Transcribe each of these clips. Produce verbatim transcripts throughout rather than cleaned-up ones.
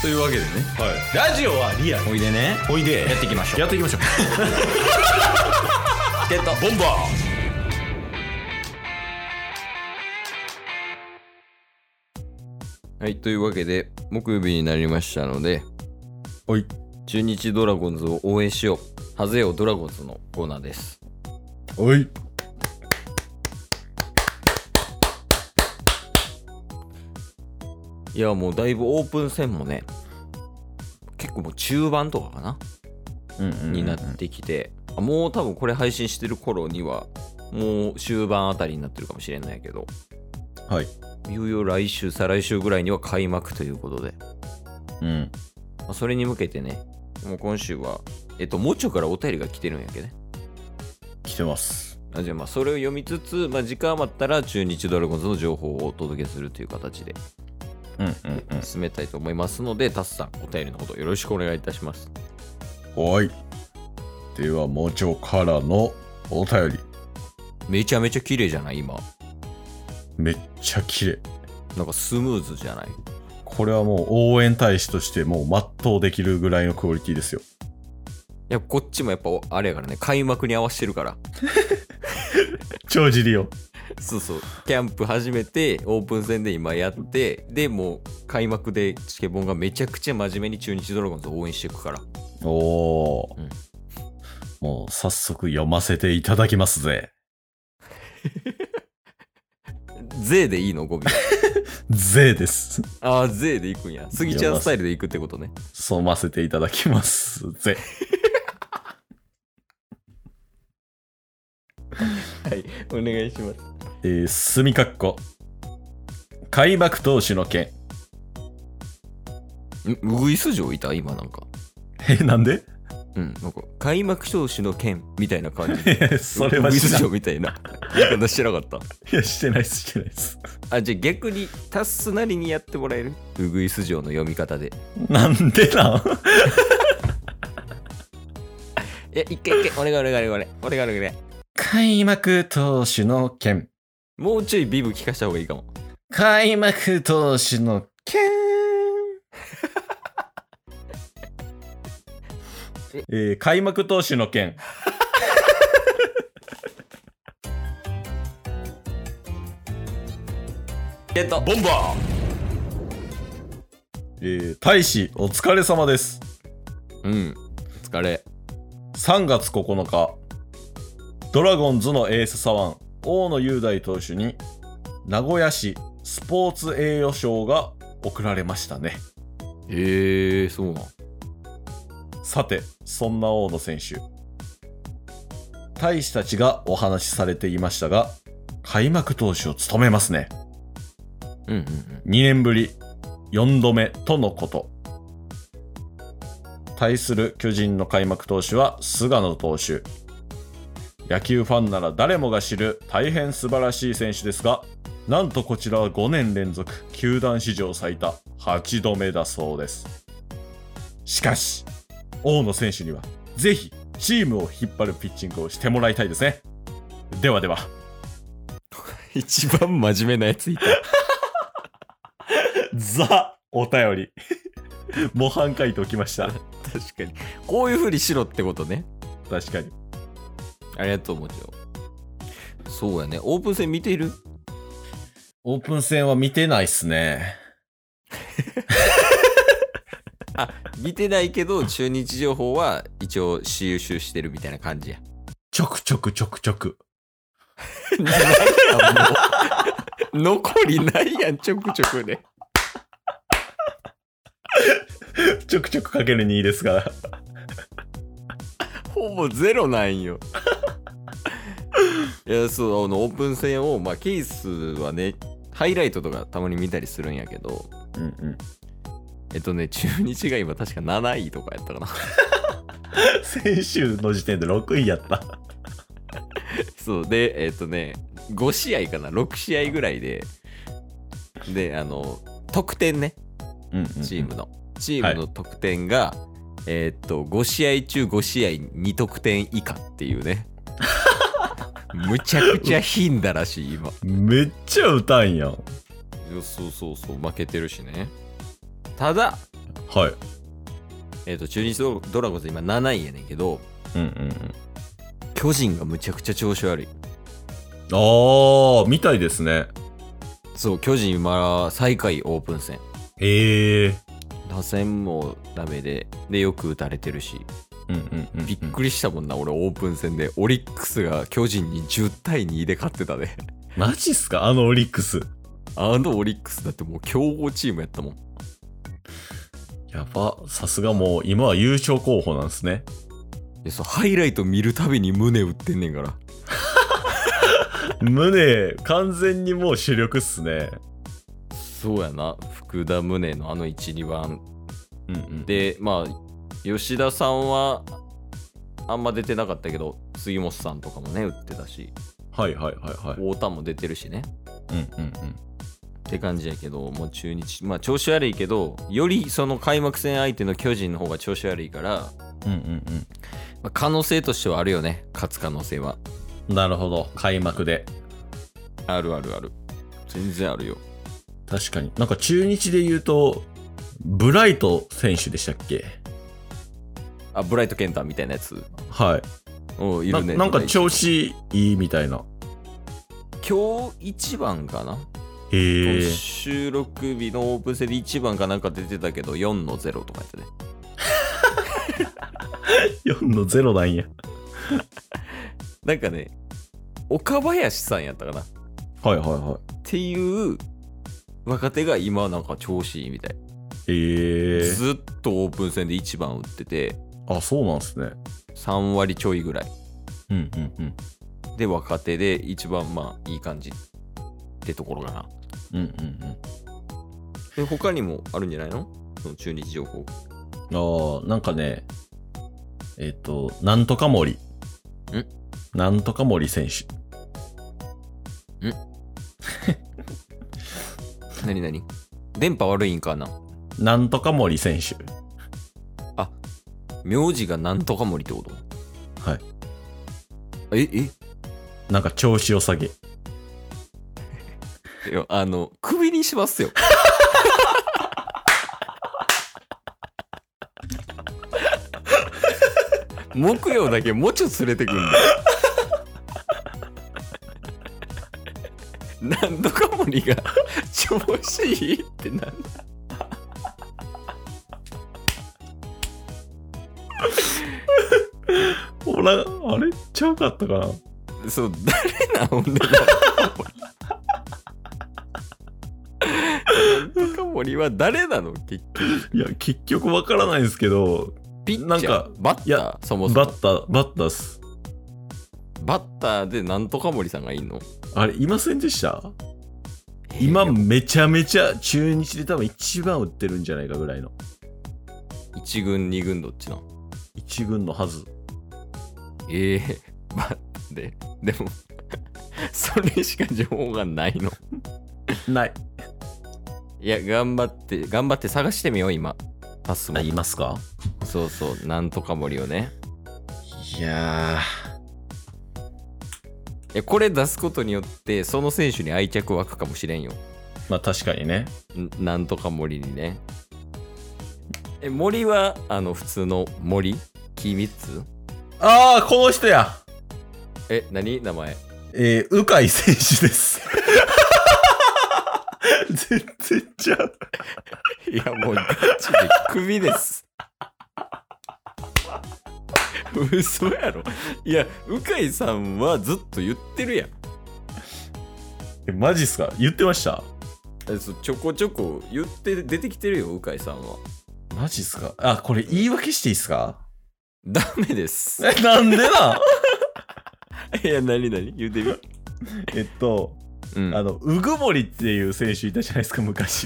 というわけでね、 はい、ラジオはリアル。 おいでね、 おいでやっていきましょう。 やっていきましょうゲットボンバー。はい、というわけで木曜日になりましたので、 おい中日ドラゴンズを応援しよう、ハゼよドラゴンズのコーナーです。 おいいや、もうだいぶオープン戦もね、結構もう中盤とかかな、 うんうんうんうん、 になってきて、もう多分これ配信してる頃にはもう終盤あたりになってるかもしれないけど、 はい、 いよいよ来週再来週ぐらいには開幕ということで、 うん、 まあ、それに向けてね、もう今週はえっともうちょからお便りが来てるんやけどね。 来てます。 あ、じゃあまあそれを読みつつ、まあ、時間余ったら中日ドラゴンズの情報をお届けするという形でうんうんうん、 進めたいと思いますので、タスさんお便りのほどよろしくお願いいたします。 はい、ではもちょからのお便り。 めちゃめちゃ綺麗じゃない？今めっちゃ綺麗。 なんかスムーズじゃない？ これはもう応援大使としてもう全うできるぐらいのクオリティですよ。 いや、こっちもやっぱあれやからね、開幕に合わせてるから帳尻よ。 そうそう、キャンプ始めてオープン戦で今やって、でもう開幕でチケボンがめちゃくちゃ真面目に中日ドラゴンズを応援していくから。 おー、うん、もう早速読ませていただきますぜ。 ぜでいいの？語尾ぜです。 ああ、ぜでいくんや。スギちゃんスタイルでいくってことね。 そうませていただきますぜ。 はい、お願いします。 えー、すみかっこ開幕投手の件。 んウグイス嬢いた今なんか。 え、なんで？ うん、なんか開幕投手の件みたいな感じ。 それはウグイス嬢みたいな言い方してなかった？ いや、してないです、してないです。 あ、じゃあ逆にタスなりにやってもらえる？ウグイス嬢の読み方で。 なんでなん？ いや、一回一回、お願いお願いお願いお願いお願い。 開幕投手の件。 もうちょいビブ聞かした方がいいかも。 開幕投手の件。えー、開幕投手の件。 ゲットボンバー。えー、大使お疲れ様です。 うん、お疲れ。 さんがつここのか、ドラゴンズのエース左腕大野雄大投手に名古屋市スポーツ栄誉賞が贈られましたね。 へえー、そうなん。 さて、そんな大野選手、大使たちがお話しされていましたが、開幕投手を務めますね。 うんうんうん、 にねんぶりよんどめとのこと。対する巨人の開幕投手は菅野投手。野球ファンなら誰もが知る大変素晴らしい選手ですが、なんとこちらはごねん連続球団史上最多はちどめだそうです。しかし大野選手にはぜひチームを引っ張るピッチングをしてもらいたいですね。ではでは。 一番真面目なやついた。 ザお便り模範解答きました。 確かにこういう風にしろってことね。 確かに。 ありがとうもちろん。そうやね。オープン戦見ている？ オープン戦は見てないっすね。 あ、見てないけど中日情報は一応収集してるみたいな感じや。 ちょくちょくちょくちょく。 なんやもう残りないやん、ちょくちょくで。 ちょくちょくかけるにですから。 ほぼゼロなんよ。いや、そう、あのオープン戦を、まあケースはね、ハイライトとかたまに見たりするんやけど、 うんうん。 えっとね、中日が今確かなないとかやったかな。 先週の時点でろくいやった。 そうで、えっとね、ごしあいかな、ろくしあいぐらいで、で、あの、得点ね、 うんうんうん、 チームの。チームの得点が、はい、えー、っと、ごしあい中ごしあいに得点以下っていうね。むちゃくちゃ貧だらしい、今。 めっちゃ歌んやん。 そうそうそう、負けてるしね。ただ、 はいえっ、ー、と中日ドラゴンズ今なないやねんけど、 うんうんうん巨人がむちゃくちゃ調子悪い。 あーみたいですね。 そう巨人今最下位オープン戦。 へえ打線もダメででよく打たれてるし、 うんうんうんうん、 びっくりしたもんな俺オープン戦でオリックスが巨人にじゅうたいにで勝ってたでマジっすかあのオリックス。 あのオリックスだってもう強豪チームやったもん。 やば、さすがもう今は優勝候補なんですね。 でそうハイライト見るたびに胸打ってんねんから胸完全にもう主力っすね。 そうやな福田宗のあのいち、にばん、 うんうん、 でまあ吉田さんはあんま出てなかったけど杉本さんとかもね打ってたし、 はいはいはいはい、 太田も出てるしね、 うんうんうん、 って感じやけどもう中日まあ調子悪いけどよりその開幕戦相手の巨人の方が調子悪いから、 うんうんうん、 まあ、可能性としてはあるよね。勝つ可能性は。 なるほど開幕であるあるある全然あるよ。 確かになんか中日で言うとブライト選手でしたっけ。 あブライト健太みたいなやつ。 はいおいるね。 な, なんか調子いいみたいな。 今日いちばんかな。 へえ収録日のオープン戦でいちばんかなんか出てたけどよんのゼロとかやってねよんのゼロなんやなんかね岡林さんやったかな。 はいはいはいっていう若手が今なんか調子いいみたい。 へえずっとオープン戦でいちばん打ってて、 あそうなんすね。 さんわりちょいぐらいうんうんうんで若手で一番まあいい感じってところかな。 うんうんうんで他にもあるんじゃないのその中日情報。 ああなんかねえっ、ー、となんとか森んなんとか森選手ん何何電波悪いんかな。 なんとか森選手。 あ名字がなんとか森ってこと。 はいええなんか調子を下げいやあの首にしますよ木曜だけもうちょっと連れてくんだなんとか森が調子いいってなんだほらあれちゃうかったかな。 そう誰なほんでなんとか森は誰なの結局。 いや結局わからないんですけどピッチャーなんかバッターいやそもそもバッターバッターっす。 バッターでなんとか森さんがいんの。 あれいませんでした。今めちゃめちゃ中日で多分一番打ってるんじゃないかぐらいの。 一軍二軍どっちの。 一軍のはず。 ええー、待ってでもそれしか情報がないのない。 いや頑張って頑張って探してみよう今パスも。 あいますか。 そうそうなんとか森をね。 いやいやこれ出すことによってその選手に愛着湧くかもしれんよ。 まあ確かにね。 んなんとか森にね。え森はあの普通の森木みっつ。 ああこの人や。 え何名前。 えー、鵜飼選手です全然ちゃう。 いやもうガチでクビです嘘やろ。いや鵜飼さんはずっと言ってるやん。 えマジっすか。言ってました。 えそちょこちょこ言って出てきてるよ鵜飼さんは。 マジっすか。あこれ言い訳していいっすか。 ダメです。 えなんでなんいや何何言うてみ。 えっと、うん、あのうぐもりっていう選手いたじゃないですか昔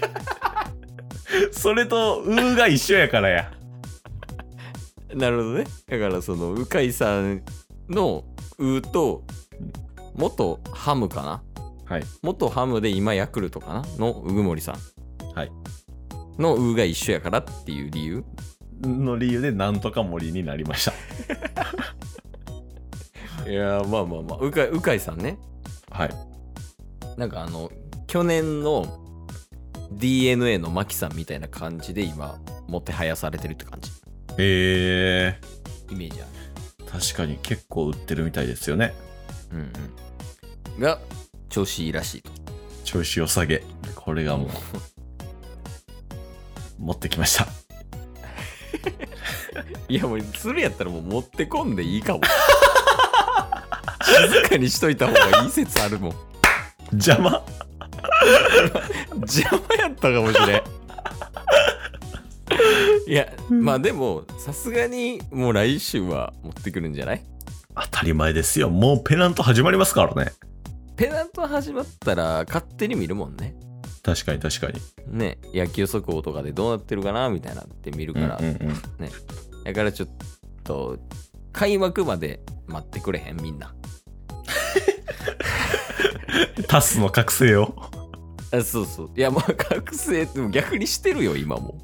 それとうが一緒やからや。 なるほどね。だからその鵜飼さんのうと元ハムかな。 はい元ハムで今ヤクルトかなのうぐもりさんはいのうが一緒やからっていう理由の理由でなんとか森になりましたいやまあまあまあうか鵜飼さんね。 はいなんかあの去年の ディーエヌエー の牧さんみたいな感じで今もてはやされてるって感じ。 へえイメージある。 確かに結構売ってるみたいですよね。 うんうん。が調子いいらしいと。 調子良さげ。これがもう持ってきました。 いやもうするやったらもう持ってこんでいいかも。静かにしといた方がいい説あるもん。 邪魔邪魔やったかもしれん。いやまあでもさすがにもう来週は持ってくるんじゃない？ 当たり前ですよ。もうペナント始まりますからね。 ペナント始まったら勝手に見るもんね。 確かに確かにね、野球速報とかでどうなってるかなみたいなって見るから、 うんうんうん、 ね。だからちょっと開幕まで待ってくれへんみんな。 タスの覚醒を。 あ、そうそう。いやまあ覚醒っても逆にしてるよ今も。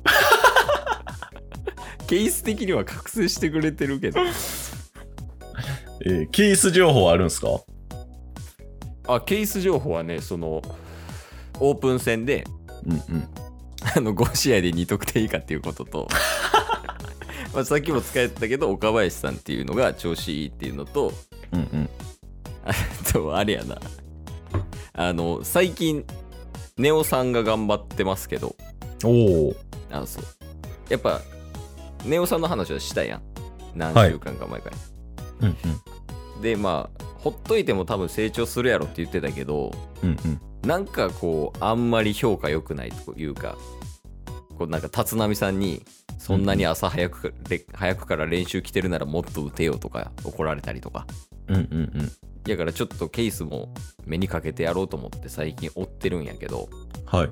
ケース的には覚醒してくれてるけど。 えー、ケース情報あるんすか？ あ、ケース情報はね、そのオープン戦で、 うんうん、 あのご試合でに得点以下っていうことと、まあさっきも使えてたけど岡林さんっていうのが調子いいっていうのと、 うんうん、 あとあれやな、あの最近ネオさんが頑張ってますけど、 おお、 あ、そう、やっぱネオさんの話はしたやん、何週間か前から、 はい、うんうん、でまあほっといても多分成長するやろって言ってたけど、 うんうん、 なんかこうあんまり評価良くないというか、こうなんか立浪さんにそんなに朝早く、うん、早くから練習来てるならもっと打てよとか怒られたりとか、 うんうんうん、 だからちょっとケースも目にかけてやろうと思って最近追ってるんやけど、 はい、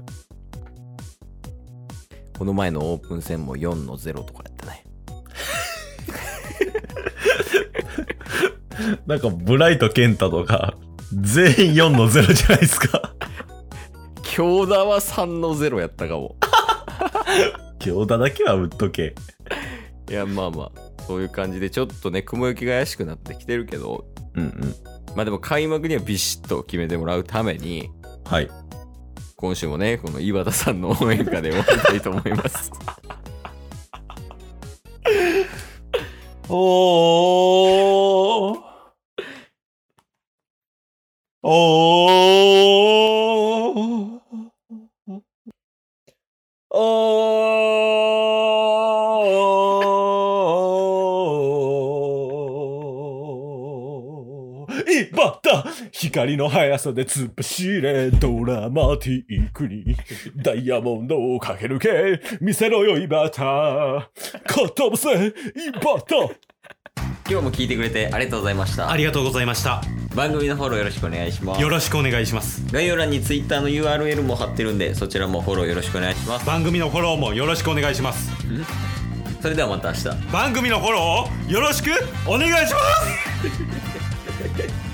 この前のオープン戦もよんのゼロとかやったね。 なんかブライト健太とか全員よんのゼロじゃないですか。 京田はさんのゼロやったかも。 京田だけは打っとけ。 いやまあまあそういう感じでちょっとね雲行きが怪しくなってきてるけど、 うんうん、 まあでも開幕にはビシッと決めてもらうために、 はい、 今週もねこの岩田さんの応援歌で終わりたいと思います。 おーおーおーいばった光の速さで突っ走れドラマティックにダイヤモンドを駆け抜け見せろよいばったかっ飛ばせいばった。 今日も聞いてくれてありがとうございました。 ありがとうございました。 番組のフォローよろしくお願いします。 よろしくお願いします。 概要欄に Twitter の ユーアールエル も貼ってるんでそちらもフォローよろしくお願いします。 番組のフォローもよろしくお願いします。 それではまた明日番組のフォローをよろしくお願いします。